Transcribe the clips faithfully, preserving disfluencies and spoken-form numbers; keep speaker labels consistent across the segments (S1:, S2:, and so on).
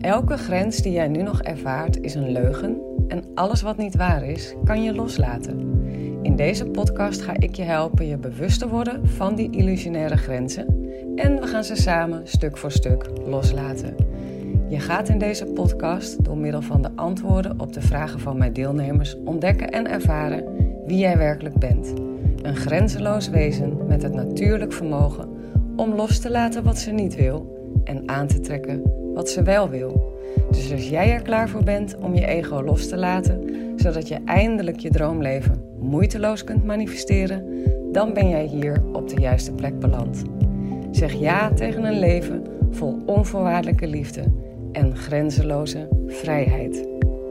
S1: Elke grens die jij nu nog ervaart is een leugen en alles wat niet waar is, kan je loslaten. In deze podcast ga ik je helpen je bewust te worden van die illusionaire grenzen en we gaan ze samen stuk voor stuk loslaten. Je gaat in deze podcast door middel van de antwoorden op de vragen van mijn deelnemers ontdekken en ervaren wie jij werkelijk bent. Een grenzeloos wezen met het natuurlijk vermogen om los te laten wat ze niet wil en aan te trekken wat ze wel wil. Dus als jij er klaar voor bent om je ego los te laten, zodat je eindelijk je droomleven moeiteloos kunt manifesteren, dan ben jij hier op de juiste plek beland. Zeg ja tegen een leven vol onvoorwaardelijke liefde en grenzeloze vrijheid.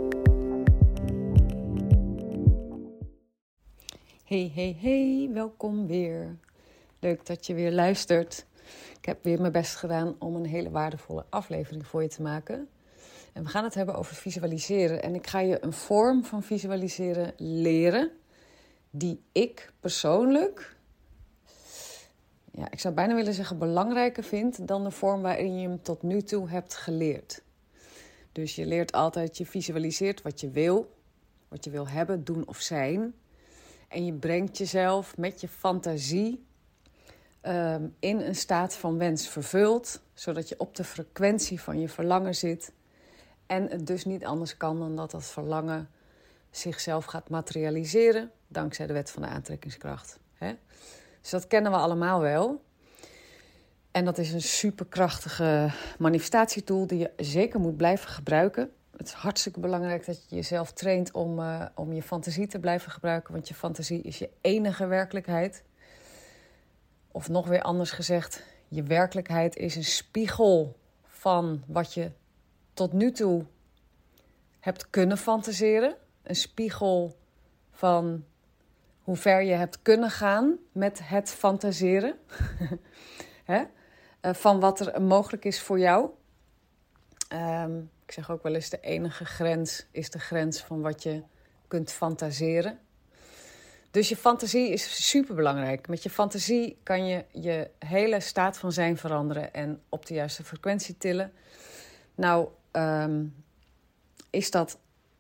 S1: Hey, hey, hey, welkom weer. Leuk dat je weer luistert. Ik heb weer mijn best gedaan om een hele waardevolle aflevering voor je te maken. En we gaan het hebben over visualiseren. En ik ga je een vorm van visualiseren leren die ik persoonlijk, ja, ik zou bijna willen zeggen belangrijker vind dan de vorm waarin je hem tot nu toe hebt geleerd. Dus je leert altijd, je visualiseert wat je wil, wat je wil hebben, doen of zijn. En je brengt jezelf met je fantasie um, in een staat van wens vervuld, zodat je op de frequentie van je verlangen zit. En het dus niet anders kan dan dat dat verlangen zichzelf gaat materialiseren, dankzij de wet van de aantrekkingskracht. Hè? Dus dat kennen we allemaal wel. En dat is een superkrachtige manifestatietool die je zeker moet blijven gebruiken. Het is hartstikke belangrijk dat je jezelf traint om, uh, om je fantasie te blijven gebruiken. Want je fantasie is je enige werkelijkheid. Of nog weer anders gezegd, je werkelijkheid is een spiegel van wat je tot nu toe hebt kunnen fantaseren. Een spiegel van hoe ver je hebt kunnen gaan met het fantaseren. Hè? Uh, van wat er mogelijk is voor jou. Um, ik zeg ook wel eens, de enige grens is de grens van wat je kunt fantaseren. Dus je fantasie is superbelangrijk. Met je fantasie kan je je hele staat van zijn veranderen en op de juiste frequentie tillen. Nou, um, is, dat,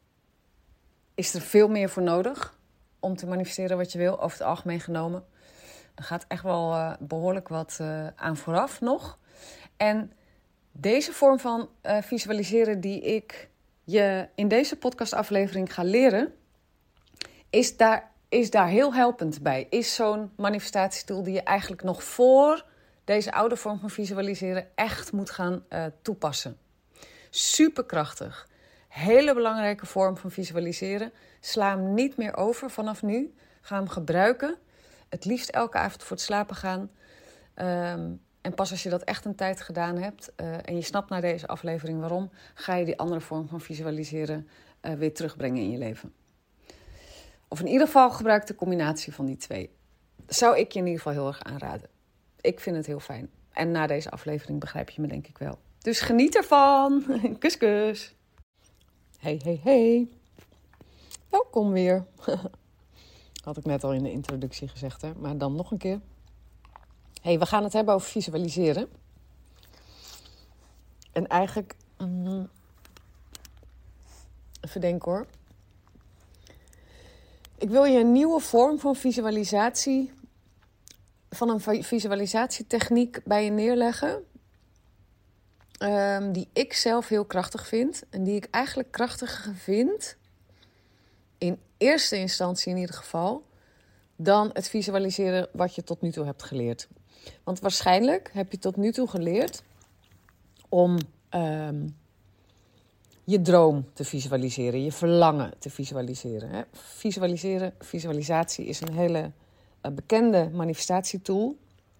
S1: is er veel meer voor nodig om te manifesteren wat je wil, over het algemeen genomen. Er gaat echt wel uh, behoorlijk wat uh, aan vooraf nog. En deze vorm van uh, visualiseren die ik je in deze podcastaflevering ga leren, is daar, is daar heel helpend bij. Is zo'n manifestatietool die je eigenlijk nog voor deze oude vorm van visualiseren echt moet gaan uh, toepassen. Superkrachtig. Hele belangrijke vorm van visualiseren. Sla hem niet meer over vanaf nu. Ga hem gebruiken. Het liefst elke avond voor het slapen gaan. Um, en pas als je dat echt een tijd gedaan hebt uh, en je snapt na deze aflevering waarom, ga je die andere vorm van visualiseren uh, weer terugbrengen in je leven. Of in ieder geval gebruik de combinatie van die twee. Zou ik je in ieder geval heel erg aanraden. Ik vind het heel fijn. En na deze aflevering begrijp je me denk ik wel. Dus geniet ervan. Kus, kus. Hey, hey, hey. Welkom weer. Had ik net al in de introductie gezegd, hè? Maar dan nog een keer. Hey, we gaan het hebben over visualiseren. En eigenlijk, mm, even denken hoor. Ik wil je een nieuwe vorm van visualisatie, van een visualisatietechniek bij je neerleggen. Um, die ik zelf heel krachtig vind. En die ik eigenlijk krachtiger vind, in eerste instantie in ieder geval, dan het visualiseren wat je tot nu toe hebt geleerd. Want waarschijnlijk heb je tot nu toe geleerd om um, je droom te visualiseren, je verlangen te visualiseren. Hè? Visualiseren, visualisatie is een hele uh, bekende manifestatietool.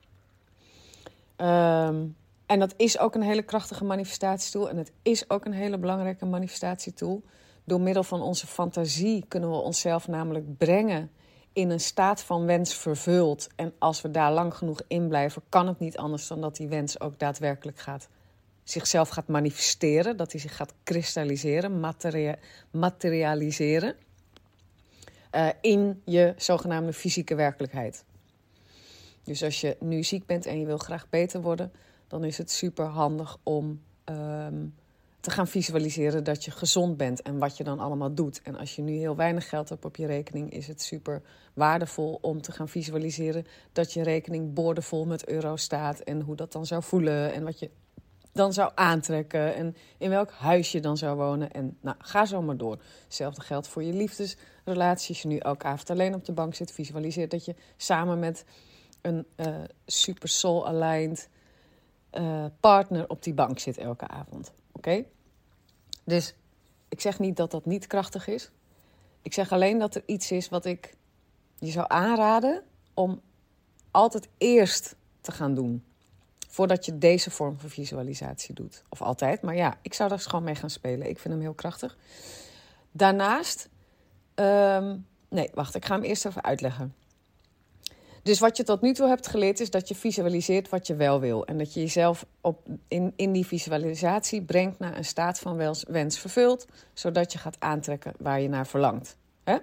S1: Um, en dat is ook een hele krachtige manifestatietool. En het is ook een hele belangrijke manifestatietool. Door middel van onze fantasie kunnen we onszelf namelijk brengen in een staat van wens vervuld. En als we daar lang genoeg in blijven, kan het niet anders dan dat die wens ook daadwerkelijk gaat, zichzelf gaat manifesteren. Dat die zich gaat kristalliseren, materia- materialiseren. Uh, in je zogenaamde fysieke werkelijkheid. Dus als je nu ziek bent en je wil graag beter worden, dan is het super handig om um, te gaan visualiseren dat je gezond bent en wat je dan allemaal doet. En als je nu heel weinig geld hebt op je rekening, is het super waardevol om te gaan visualiseren dat je rekening boordevol met euro's staat en hoe dat dan zou voelen en wat je dan zou aantrekken en in welk huis je dan zou wonen. En nou, ga zo maar door. Hetzelfde geldt voor je liefdesrelatie. Als je nu elke avond alleen op de bank zit, visualiseer dat je samen met een uh, super soul-aligned uh, partner op die bank zit elke avond. Oké? Okay? Dus ik zeg niet dat dat niet krachtig is. Ik zeg alleen dat er iets is wat ik je zou aanraden om altijd eerst te gaan doen. Voordat je deze vorm van visualisatie doet. Of altijd, maar ja, ik zou daar gewoon mee gaan spelen. Ik vind hem heel krachtig. Daarnaast, um, nee, wacht, ik ga hem eerst even uitleggen. Dus wat je tot nu toe hebt geleerd is dat je visualiseert wat je wel wil. En dat je jezelf op, in, in die visualisatie brengt naar een staat van wens, wens vervuld. Zodat je gaat aantrekken waar je naar verlangt. Hè?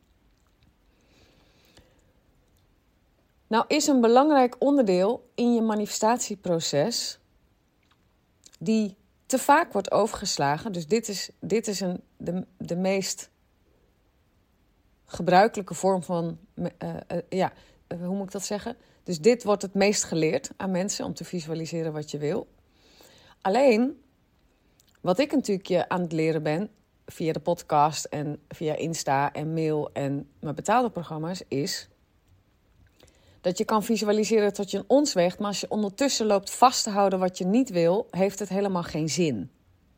S1: Nou is een belangrijk onderdeel in je manifestatieproces die te vaak wordt overgeslagen. Dus dit is, dit is een, de, de meest gebruikelijke vorm van, uh, uh, ja, uh, hoe moet ik dat zeggen? Dus dit wordt het meest geleerd aan mensen om te visualiseren wat je wil. Alleen, wat ik natuurlijk je aan het leren ben via de podcast en via Insta en mail en mijn betaalde programma's is dat je kan visualiseren tot je een ons weegt, maar als je ondertussen loopt vast te houden wat je niet wil, heeft het helemaal geen zin.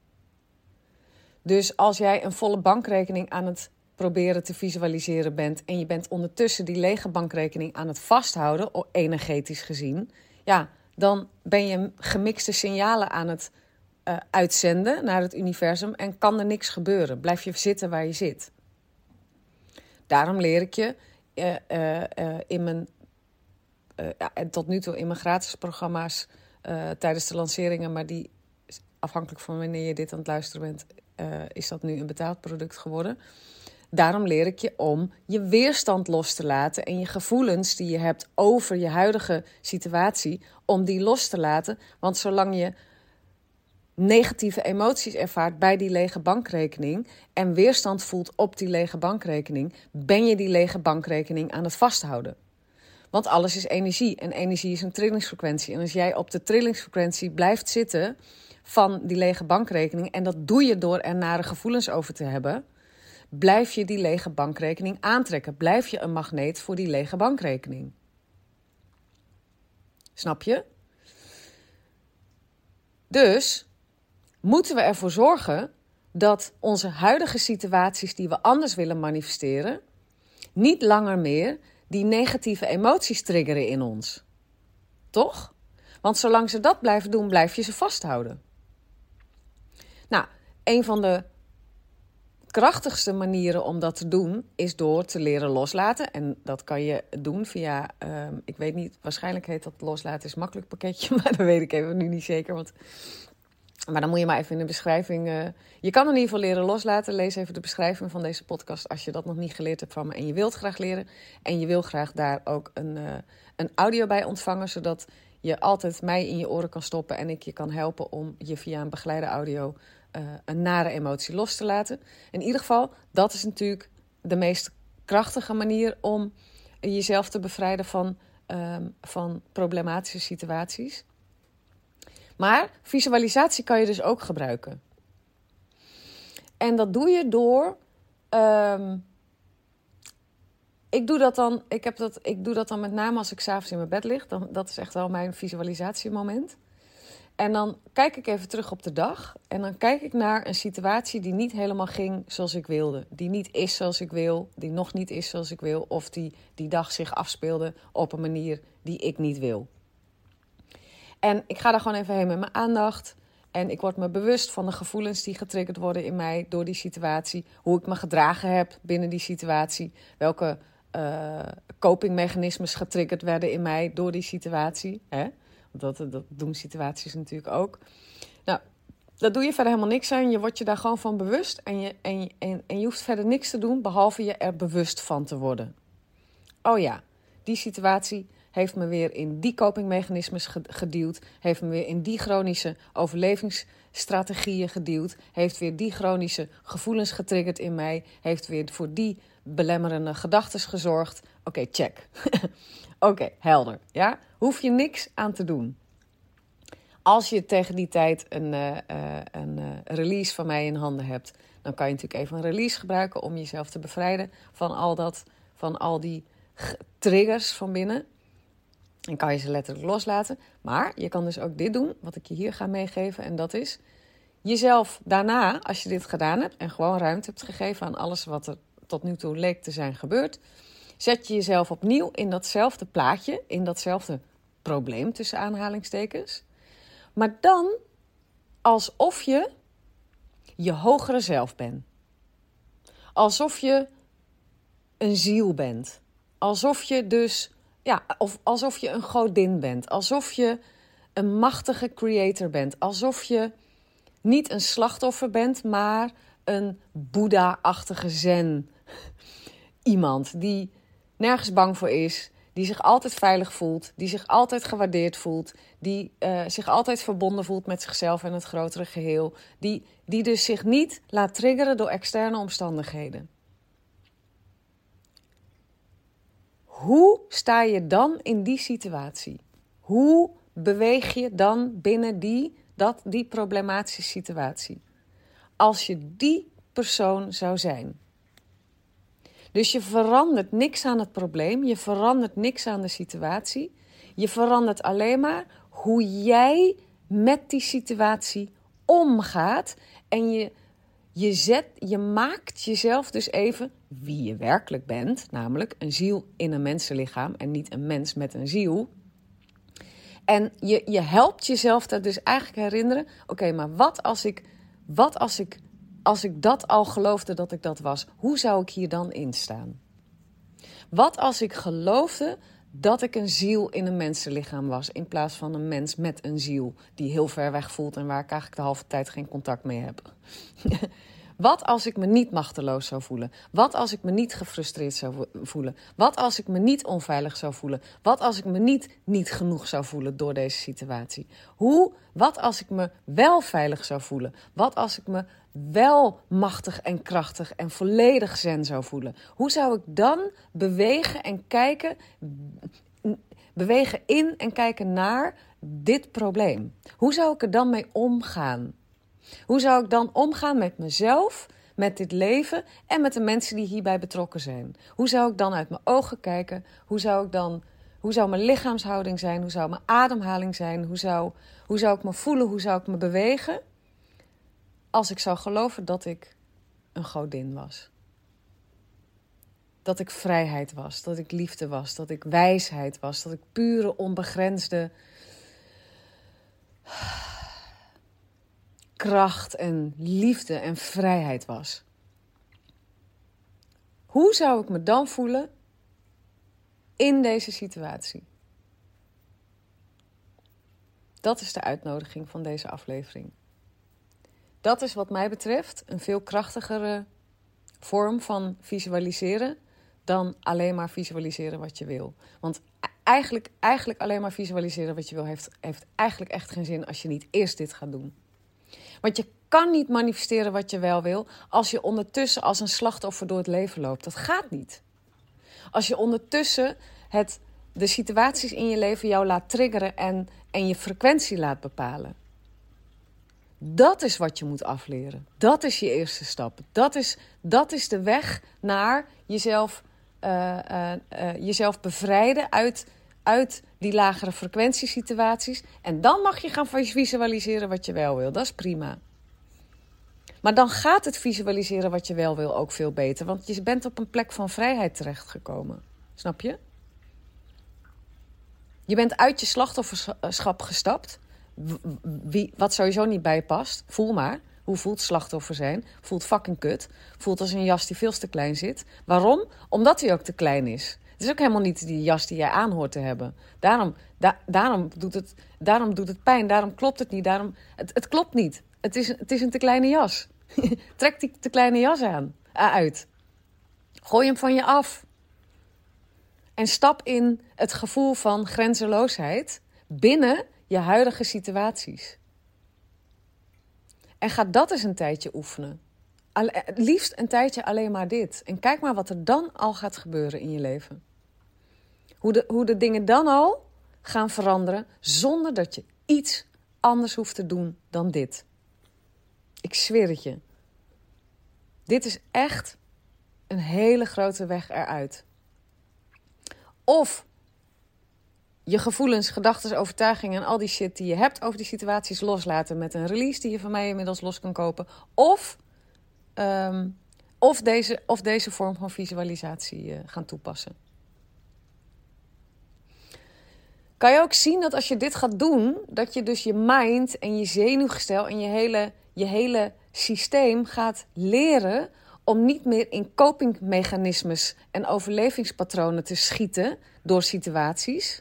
S1: Dus als jij een volle bankrekening aan het proberen te visualiseren bent en je bent ondertussen die lege bankrekening aan het vasthouden, energetisch gezien, ja, dan ben je gemixte signalen aan het uh, uitzenden naar het universum en kan er niks gebeuren. Blijf je zitten waar je zit. Daarom leer ik je uh, uh, uh, in mijn Uh, ja, en tot nu toe in mijn gratis programma's uh, tijdens de lanceringen, maar die, afhankelijk van wanneer je dit aan het luisteren bent, uh, is dat nu een betaald product geworden. Daarom leer ik je om je weerstand los te laten en je gevoelens die je hebt over je huidige situatie, om die los te laten. Want zolang je negatieve emoties ervaart bij die lege bankrekening en weerstand voelt op die lege bankrekening, ben je die lege bankrekening aan het vasthouden. Want alles is energie en energie is een trillingsfrequentie. En als jij op de trillingsfrequentie blijft zitten van die lege bankrekening, en dat doe je door er nare gevoelens over te hebben, blijf je die lege bankrekening aantrekken. Blijf je een magneet voor die lege bankrekening. Snap je? Dus moeten we ervoor zorgen dat onze huidige situaties die we anders willen manifesteren niet langer meer die negatieve emoties triggeren in ons. Toch? Want zolang ze dat blijven doen, blijf je ze vasthouden. Nou, een van de krachtigste manieren om dat te doen is door te leren loslaten. En dat kan je doen via, uh, ik weet niet, waarschijnlijk heet dat loslaten is makkelijk pakketje, maar dat weet ik even nu niet zeker. Want, maar dan moet je maar even in de beschrijving. Uh, je kan in ieder geval leren loslaten. Lees even de beschrijving van deze podcast als je dat nog niet geleerd hebt van me en je wilt graag leren. En je wil graag daar ook een, uh, een audio bij ontvangen, zodat je altijd mij in je oren kan stoppen en ik je kan helpen om je via een begeleide audio uh, een nare emotie los te laten. In ieder geval, dat is natuurlijk de meest krachtige manier om jezelf te bevrijden van, uh, van problematische situaties. Maar visualisatie kan je dus ook gebruiken. En dat doe je door. Um, ik, doe dat dan, ik, heb dat, ik doe dat dan met name als ik 's avonds in mijn bed lig. Dan, dat is echt wel mijn visualisatiemoment. En dan kijk ik even terug op de dag. En dan kijk ik naar een situatie die niet helemaal ging zoals ik wilde. Die niet is zoals ik wil. Die nog niet is zoals ik wil. Of die die dag zich afspeelde op een manier die ik niet wil. En ik ga daar gewoon even heen met mijn aandacht. En ik word me bewust van de gevoelens die getriggerd worden in mij door die situatie. Hoe ik me gedragen heb binnen die situatie. Welke uh, copingmechanismes getriggerd werden in mij door die situatie. Hè? Dat, dat doen situaties natuurlijk ook. Nou, dat doe je verder helemaal niks aan. Je wordt je daar gewoon van bewust. En je, en, je, en, en je hoeft verder niks te doen behalve je er bewust van te worden. Oh ja, die situatie heeft me weer in die copingmechanismes geduwd, heeft me weer in die chronische overlevingsstrategieën geduwd, heeft weer die chronische gevoelens getriggerd in mij, heeft weer voor die belemmerende gedachten gezorgd. Oké, okay, check. Oké, okay, helder. Ja? Hoef je niks aan te doen. Als je tegen die tijd een, uh, uh, een uh, release van mij in handen hebt, dan kan je natuurlijk even een release gebruiken om jezelf te bevrijden van al dat, van al die g- triggers van binnen. En kan je ze letterlijk loslaten. Maar je kan dus ook dit doen, wat ik je hier ga meegeven. En dat is jezelf daarna, als je dit gedaan hebt en gewoon ruimte hebt gegeven aan alles wat er tot nu toe leek te zijn gebeurd, zet je jezelf opnieuw in datzelfde plaatje, in datzelfde probleem tussen aanhalingstekens. Maar dan alsof je je hogere zelf bent. Alsof je een ziel bent. Alsof je dus, ja, of alsof je een godin bent. Alsof je een machtige creator bent. Alsof je niet een slachtoffer bent, maar een Boeddha-achtige zen. Iemand die nergens bang voor is, die zich altijd veilig voelt, die zich altijd gewaardeerd voelt, die uh, zich altijd verbonden voelt met zichzelf en het grotere geheel, die, die dus zich niet laat triggeren door externe omstandigheden. Hoe sta je dan in die situatie? Hoe beweeg je dan binnen die, dat, die problematische situatie? Als je die persoon zou zijn. Dus je verandert niks aan het probleem, je verandert niks aan de situatie. Je verandert alleen maar hoe jij met die situatie omgaat. En je, je, zet, je maakt jezelf dus even wie je werkelijk bent. Namelijk een ziel in een mensenlichaam en niet een mens met een ziel. En je, je helpt jezelf daar dus eigenlijk herinneren. Oké, okay, maar wat als ik... Wat als ik Als ik dat al geloofde dat ik dat was, hoe zou ik hier dan in staan? Wat als ik geloofde dat ik een ziel in een mensenlichaam was, in plaats van een mens met een ziel die heel ver weg voelt en waar ik eigenlijk de halve tijd geen contact mee heb? Wat als ik me niet machteloos zou voelen? Wat als ik me niet gefrustreerd zou voelen? Wat als ik me niet onveilig zou voelen? Wat als ik me niet niet genoeg zou voelen door deze situatie? Hoe? Wat als ik me wel veilig zou voelen? Wat als ik me wel machtig en krachtig en volledig zen zou voelen? Hoe zou ik dan bewegen en kijken, bewegen in en kijken naar dit probleem? Hoe zou ik er dan mee omgaan? Hoe zou ik dan omgaan met mezelf, met dit leven en met de mensen die hierbij betrokken zijn? Hoe zou ik dan uit mijn ogen kijken? Hoe zou ik dan, hoe zou mijn lichaamshouding zijn? Hoe zou mijn ademhaling zijn? Hoe zou, hoe zou ik me voelen? Hoe zou ik me bewegen? Als ik zou geloven dat ik een godin was. Dat ik vrijheid was, dat ik liefde was, dat ik wijsheid was, dat ik pure, onbegrensde kracht en liefde en vrijheid was. Hoe zou ik me dan voelen in deze situatie? Dat is de uitnodiging van deze aflevering. Dat is wat mij betreft een veel krachtigere vorm van visualiseren dan alleen maar visualiseren wat je wil. Want eigenlijk, eigenlijk alleen maar visualiseren wat je wil heeft, heeft eigenlijk echt geen zin als je niet eerst dit gaat doen. Want je kan niet manifesteren wat je wel wil als je ondertussen als een slachtoffer door het leven loopt. Dat gaat niet. Als je ondertussen het, de situaties in je leven jou laat triggeren en, en je frequentie laat bepalen. Dat is wat je moet afleren. Dat is je eerste stap. Dat is, dat is de weg naar jezelf, uh, uh, uh, jezelf bevrijden uit, uit die lagere frequentiesituaties. En dan mag je gaan visualiseren wat je wel wil. Dat is prima. Maar dan gaat het visualiseren wat je wel wil ook veel beter. Want je bent op een plek van vrijheid terechtgekomen. Snap je? Je bent uit je slachtofferschap gestapt. Wie, wat sowieso niet bij je past. Voel maar. Hoe voelt slachtoffer zijn? Voelt fucking kut. Voelt als een jas die veel te klein zit. Waarom? Omdat hij ook te klein is. Het is ook helemaal niet die jas die jij aan hoort te hebben. Daarom, da, daarom, doet, het, daarom doet het pijn. Daarom klopt het niet. Daarom, het, het klopt niet. Het is, het is een te kleine jas. Trek die te kleine jas aan. uit. Gooi hem van je af. En stap in het gevoel van grenzeloosheid binnen je huidige situaties. En ga dat eens een tijdje oefenen. Het liefst een tijdje alleen maar dit. En kijk maar wat er dan al gaat gebeuren in je leven. Hoe de, hoe de dingen dan al gaan veranderen zonder dat je iets anders hoeft te doen dan dit. Ik zweer het je. Dit is echt een hele grote weg eruit. Of je gevoelens, gedachten, overtuigingen en al die shit die je hebt over die situaties loslaten met een release die je van mij inmiddels los kan kopen. Of, um, of, deze, of deze vorm van visualisatie uh, gaan toepassen. Kan je ook zien dat als je dit gaat doen, dat je dus je mind en je zenuwgestel en je hele, je hele systeem gaat leren om niet meer in copingmechanismes en overlevingspatronen te schieten door situaties.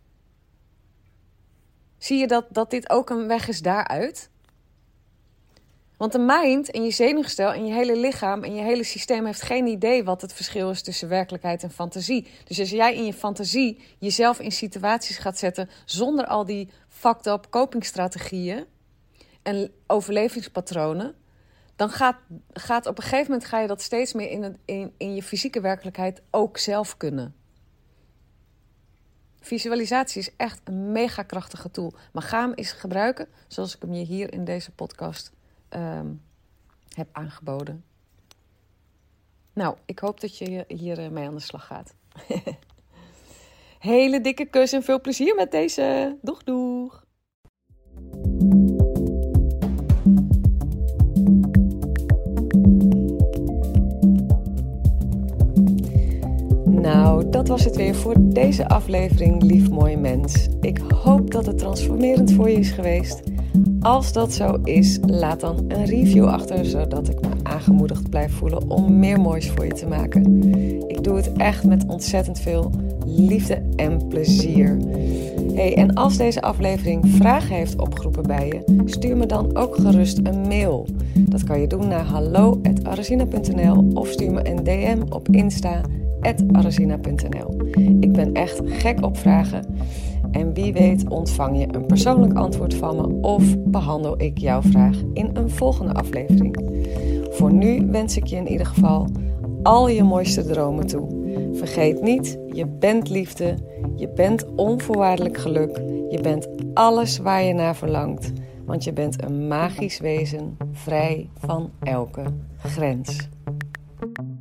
S1: Zie je dat, dat dit ook een weg is daaruit? Want de mind en je zenuwgestel en je hele lichaam en je hele systeem heeft geen idee wat het verschil is tussen werkelijkheid en fantasie. Dus als jij in je fantasie jezelf in situaties gaat zetten zonder al die fucked up copingstrategieën en overlevingspatronen, dan gaat, gaat op een gegeven moment ga je dat steeds meer in, het, in, in je fysieke werkelijkheid ook zelf kunnen. Visualisatie is echt een mega krachtige tool. Maar ga hem eens gebruiken zoals ik hem je hier in deze podcast um, heb aangeboden. Nou, ik hoop dat je hier mee aan de slag gaat. Hele dikke kus en veel plezier met deze. Doeg, doeg! Nou, dat was het weer voor deze aflevering, lief mooi mens. Ik hoop dat het transformerend voor je is geweest. Als dat zo is, laat dan een review achter, zodat ik me aangemoedigd blijf voelen om meer moois voor je te maken. Ik doe het echt met ontzettend veel liefde en plezier. Hey, en als deze aflevering vragen heeft opgeroepen bij je, stuur me dan ook gerust een mail. Dat kan je doen naar hallo at arazina punt n l of stuur me een D M op Insta at arazina punt n l. Ik ben echt gek op vragen. En wie weet ontvang je een persoonlijk antwoord van me of behandel ik jouw vraag in een volgende aflevering. Voor nu wens ik je in ieder geval al je mooiste dromen toe. Vergeet niet, je bent liefde, je bent onvoorwaardelijk geluk, je bent alles waar je naar verlangt. Want je bent een magisch wezen, vrij van elke grens.